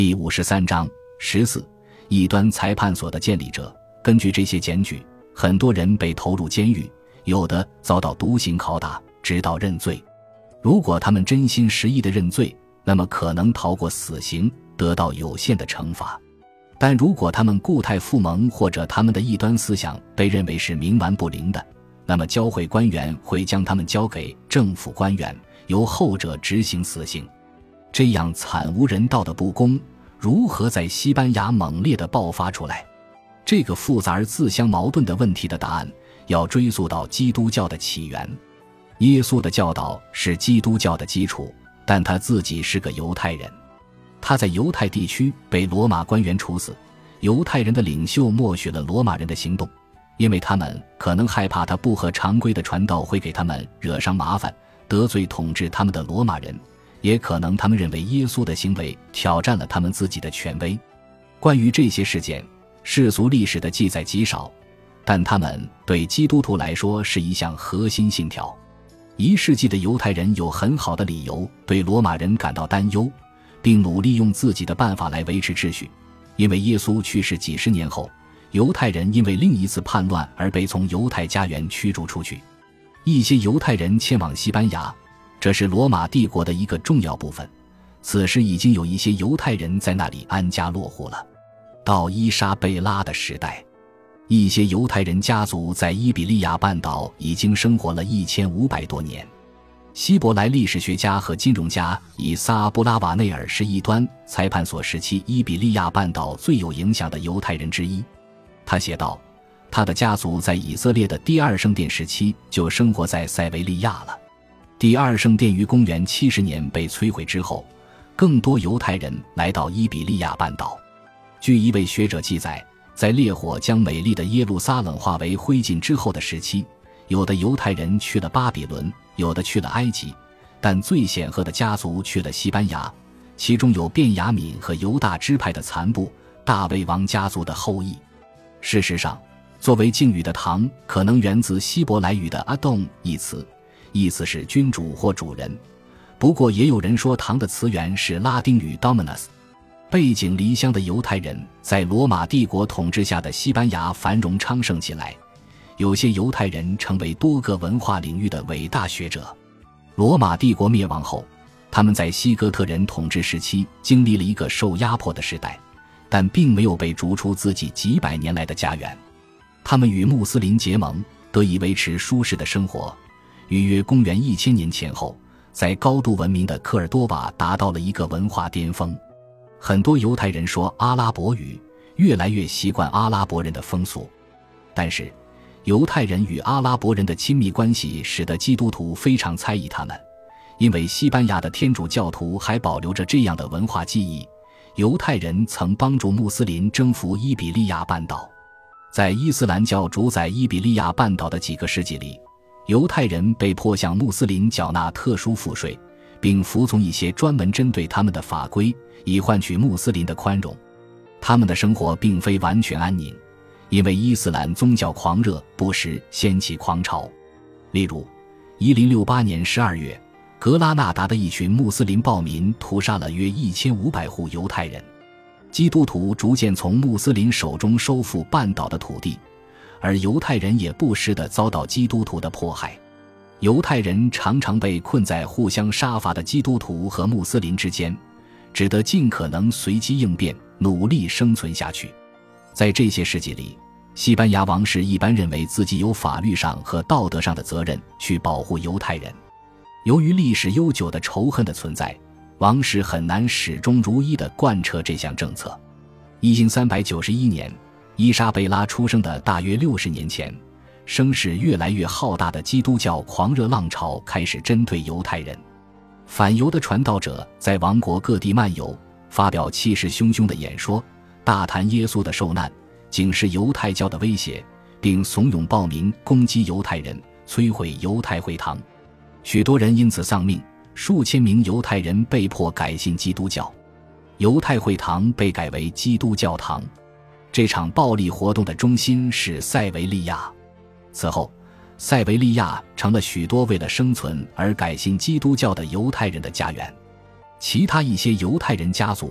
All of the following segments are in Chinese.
第53章14异端裁判所的建立者。根据这些检举，很多人被投入监狱，有的遭到毒刑拷打，直到认罪。如果他们真心实意地认罪，那么可能逃过死刑，得到有限的惩罚。但如果他们固态附萌，或者他们的异端思想被认为是冥顽不灵的，那么教会官员会将他们交给政府官员，由后者执行死刑。这样惨无人道的不公如何在西班牙猛烈地爆发出来？这个复杂而自相矛盾的问题的答案要追溯到基督教的起源。耶稣的教导是基督教的基础，但他自己是个犹太人。他在犹太地区被罗马官员处死，犹太人的领袖默许了罗马人的行动，因为他们可能害怕他不合常规的传道会给他们惹上麻烦，得罪统治他们的罗马人，也可能他们认为耶稣的行为挑战了他们自己的权威。关于这些事件，世俗历史的记载极少，但他们对基督徒来说是一项核心信条。1世纪的犹太人有很好的理由对罗马人感到担忧，并努力用自己的办法来维持秩序。因为耶稣去世几十年后，犹太人因为另一次叛乱而被从犹太家园驱逐出去。一些犹太人迁往西班牙，这是罗马帝国的一个重要部分。此时已经有一些犹太人在那里安家落户了。到伊莎贝拉的时代，一些犹太人家族在伊比利亚半岛已经生活了1500多年。希伯来历史学家和金融家以撒布拉瓦内尔是异端裁判所时期伊比利亚半岛最有影响的犹太人之一。他写道，他的家族在以色列的第二圣殿时期就生活在塞维利亚了。第二圣殿于公元70年被摧毁之后，更多犹太人来到伊比利亚半岛。据一位学者记载，在烈火将美丽的耶路撒冷化为灰烬之后的时期，有的犹太人去了巴比伦，有的去了埃及，但最显赫的家族去了西班牙，其中有便雅悯和犹大支派的残部，大卫王家族的后裔。事实上，作为敬语的堂可能源自希伯来语的阿洞一词，意思是君主或主人。不过也有人说堂的词源是拉丁语 dominus。背井离乡的犹太人在罗马帝国统治下的西班牙繁荣昌盛起来，有些犹太人成为多个文化领域的伟大学者。罗马帝国灭亡后，他们在西哥特人统治时期经历了一个受压迫的时代，但并没有被逐出自己几百年来的家园。他们与穆斯林结盟，得以维持舒适的生活。于约公元1000年前后，在高度文明的科尔多瓦达到了一个文化巅峰。很多犹太人说阿拉伯语，越来越习惯阿拉伯人的风俗。但是犹太人与阿拉伯人的亲密关系使得基督徒非常猜疑他们，因为西班牙的天主教徒还保留着这样的文化记忆：犹太人曾帮助穆斯林征服伊比利亚半岛。在伊斯兰教主宰伊比利亚半岛的几个世纪里，犹太人被迫向穆斯林缴纳特殊赋税，并服从一些专门针对他们的法规，以换取穆斯林的宽容。他们的生活并非完全安宁，因为伊斯兰宗教狂热不时掀起狂潮。例如1068年12月，格拉纳达的一群穆斯林暴民屠杀了约1500户犹太人。基督徒逐渐从穆斯林手中收复半岛的土地，而犹太人也不时地遭到基督徒的迫害。犹太人常常被困在互相杀伐的基督徒和穆斯林之间，只得尽可能随机应变，努力生存下去。在这些世纪里，西班牙王室一般认为自己有法律上和道德上的责任去保护犹太人。由于历史悠久的仇恨的存在，王室很难始终如一地贯彻这项政策。1391年，伊莎贝拉出生的大约60年前，声势越来越浩大的基督教狂热浪潮开始针对犹太人。反犹的传道者在王国各地漫游，发表气势汹汹的演说，大谈耶稣的受难，警示犹太教的威胁，并怂恿暴民攻击犹太人，摧毁犹太会堂。许多人因此丧命，数千名犹太人被迫改信基督教。犹太会堂被改为基督教堂。这场暴力活动的中心是塞维利亚。此后，塞维利亚成了许多为了生存而改信基督教的犹太人的家园。其他一些犹太人家族，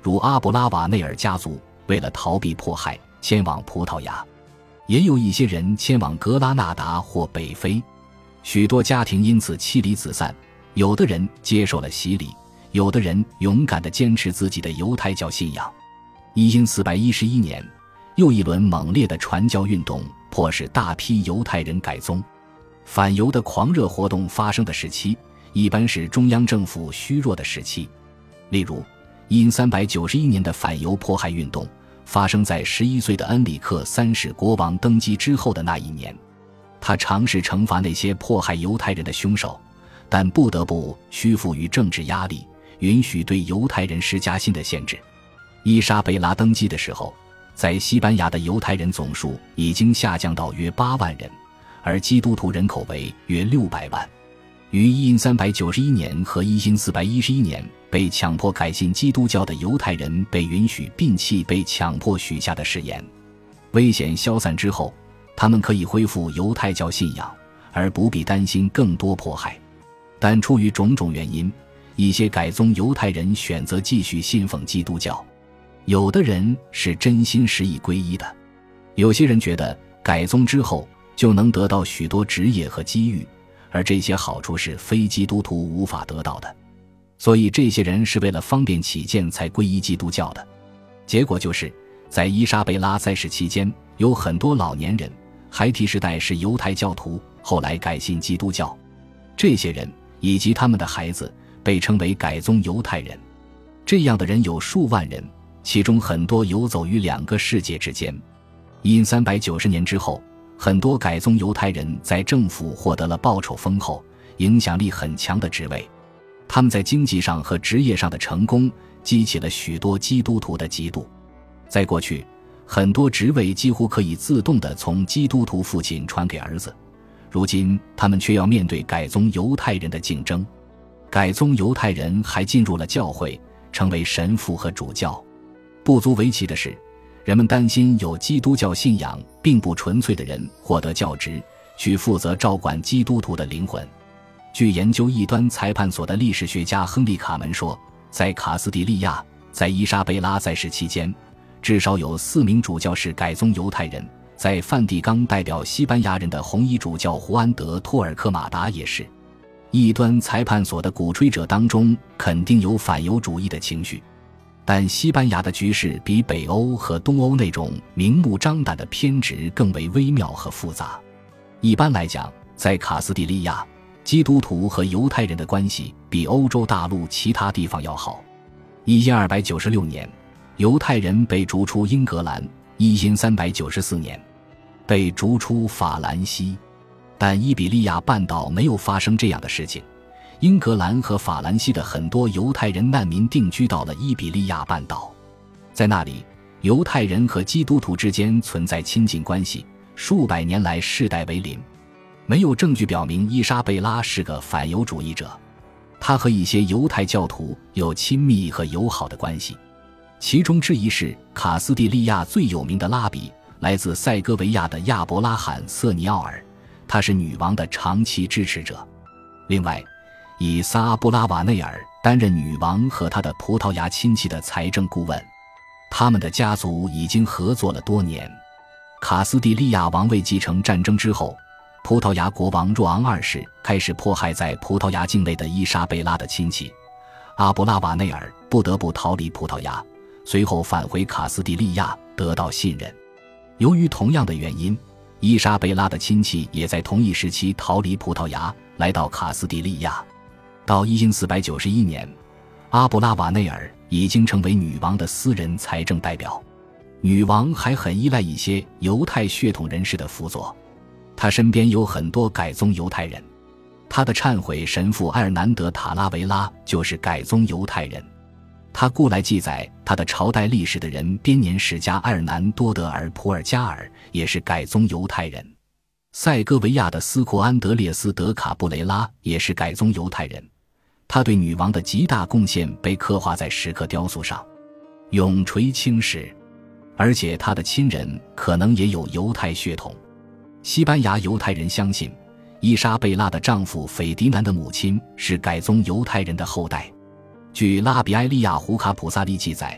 如阿布拉瓦内尔家族为了逃避迫害迁往葡萄牙，也有一些人迁往格拉纳达或北非，许多家庭因此妻离子散，有的人接受了洗礼，有的人勇敢地坚持自己的犹太教信仰。因411年，又一轮猛烈的传教运动迫使大批犹太人改宗。反犹的狂热活动发生的时期，一般是中央政府虚弱的时期。例如，因391年的反犹迫害运动发生在11岁的恩里克3世国王登基之后的那一年。他尝试惩罚那些迫害犹太人的凶手，但不得不屈服于政治压力，允许对犹太人施加新的限制。伊莎贝拉登基的时候，在西班牙的犹太人总数已经下降到约8万人，而基督徒人口为约600万。于1391年和1411年被强迫改信基督教的犹太人被允许摒弃被强迫许下的誓言。危险消散之后，他们可以恢复犹太教信仰，而不必担心更多迫害。但出于种种原因，一些改宗犹太人选择继续信奉基督教。有的人是真心实意皈依的，有些人觉得改宗之后就能得到许多职业和机遇，而这些好处是非基督徒无法得到的，所以这些人是为了方便起见才皈依基督教的。结果就是在伊莎贝拉在世期间，有很多老年人孩提时代是犹太教徒，后来改信基督教。这些人以及他们的孩子被称为改宗犹太人。这样的人有数万人，其中很多游走于2个世界之间。因390年之后，很多改宗犹太人在政府获得了报酬丰厚、影响力很强的职位。他们在经济上和职业上的成功激起了许多基督徒的嫉妒。在过去，很多职位几乎可以自动地从基督徒父亲传给儿子，如今他们却要面对改宗犹太人的竞争。改宗犹太人还进入了教会，成为神父和主教。不足为奇的是，人们担心有基督教信仰并不纯粹的人获得教职，去负责照管基督徒的灵魂。据研究异端裁判所的历史学家亨利·卡门说，在卡斯蒂利亚，在伊莎贝拉在世期间，至少有4名主教是改宗犹太人。在梵蒂冈代表西班牙人的红衣主教胡安德·托尔科马达也是。异端裁判所的鼓吹者当中肯定有反犹主义的情绪，但西班牙的局势比北欧和东欧那种明目张胆的偏执更为微妙和复杂。一般来讲，在卡斯蒂利亚，基督徒和犹太人的关系比欧洲大陆其他地方要好。1296年，犹太人被逐出英格兰；1394年，被逐出法兰西。但伊比利亚半岛没有发生这样的事情，英格兰和法兰西的很多犹太人难民定居到了伊比利亚半岛。在那里，犹太人和基督徒之间存在亲近关系，数百年来世代为邻。没有证据表明伊莎贝拉是个反犹主义者，他和一些犹太教徒有亲密和友好的关系，其中之一是卡斯蒂利亚最有名的拉比，来自塞戈维亚的亚伯拉罕·瑟尼奥尔，他是女王的长期支持者。另外，以萨阿布拉瓦内尔担任女王和她的葡萄牙亲戚的财政顾问，他们的家族已经合作了多年。卡斯蒂利亚王位继承战争之后，葡萄牙国王若昂二世开始迫害在葡萄牙境内的伊莎贝拉的亲戚，阿布拉瓦内尔不得不逃离葡萄牙，随后返回卡斯蒂利亚，得到信任。由于同样的原因，伊莎贝拉的亲戚也在同一时期逃离葡萄牙，来到卡斯蒂利亚。到1491年，阿布拉瓦内尔已经成为女王的私人财政代表。女王还很依赖一些犹太血统人士的辅佐，她身边有很多改宗犹太人。她的忏悔神父埃尔南德·塔拉维拉就是改宗犹太人。他雇来记载他的朝代历史的人编年史家埃尔南多德尔普尔加尔也是改宗犹太人。塞戈维亚的斯库安德列斯德卡布雷拉也是改宗犹太人，他对女王的极大贡献被刻画在石刻雕塑上，永垂青史。而且他的亲人可能也有犹太血统。西班牙犹太人相信伊莎贝拉的丈夫斐迪南的母亲是改宗犹太人的后代。据拉比埃利亚胡卡普萨利记载，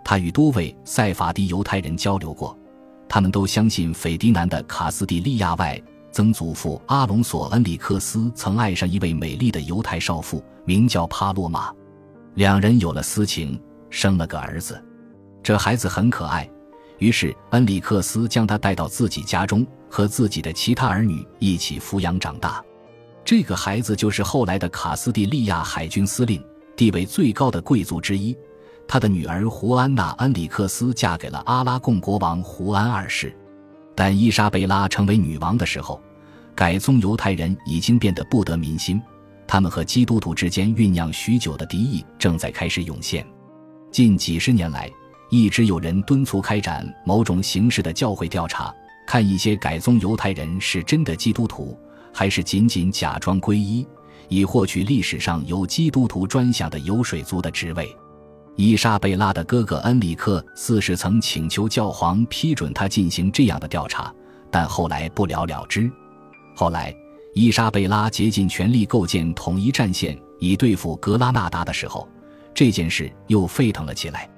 他与多位塞法迪犹太人交流过，他们都相信斐迪南的卡斯蒂利亚外曾祖父阿隆索·恩里克斯曾爱上一位美丽的犹太少妇，名叫帕洛玛。两人有了私情，生了个儿子。这孩子很可爱，于是恩里克斯将他带到自己家中，和自己的其他儿女一起抚养长大。这个孩子就是后来的卡斯蒂利亚海军司令，地位最高的贵族之一。他的女儿胡安娜·恩里克斯嫁给了阿拉贡国王胡安二世。但伊莎贝拉成为女王的时候，改宗犹太人已经变得不得民心，他们和基督徒之间酝酿许久的敌意正在开始涌现。近几十年来，一直有人敦促开展某种形式的教会调查，看一些改宗犹太人是真的基督徒，还是仅仅假装皈依，以获取历史上由基督徒专享的有水族的职位。伊莎贝拉的哥哥恩里克四世曾请求教皇批准他进行这样的调查，但后来不了了之。后来伊莎贝拉竭尽全力构建统一战线以对付格拉纳达的时候，这件事又沸腾了起来。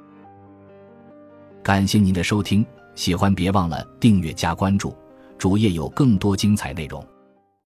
感谢您的收听，喜欢别忘了订阅加关注，主页有更多精彩内容。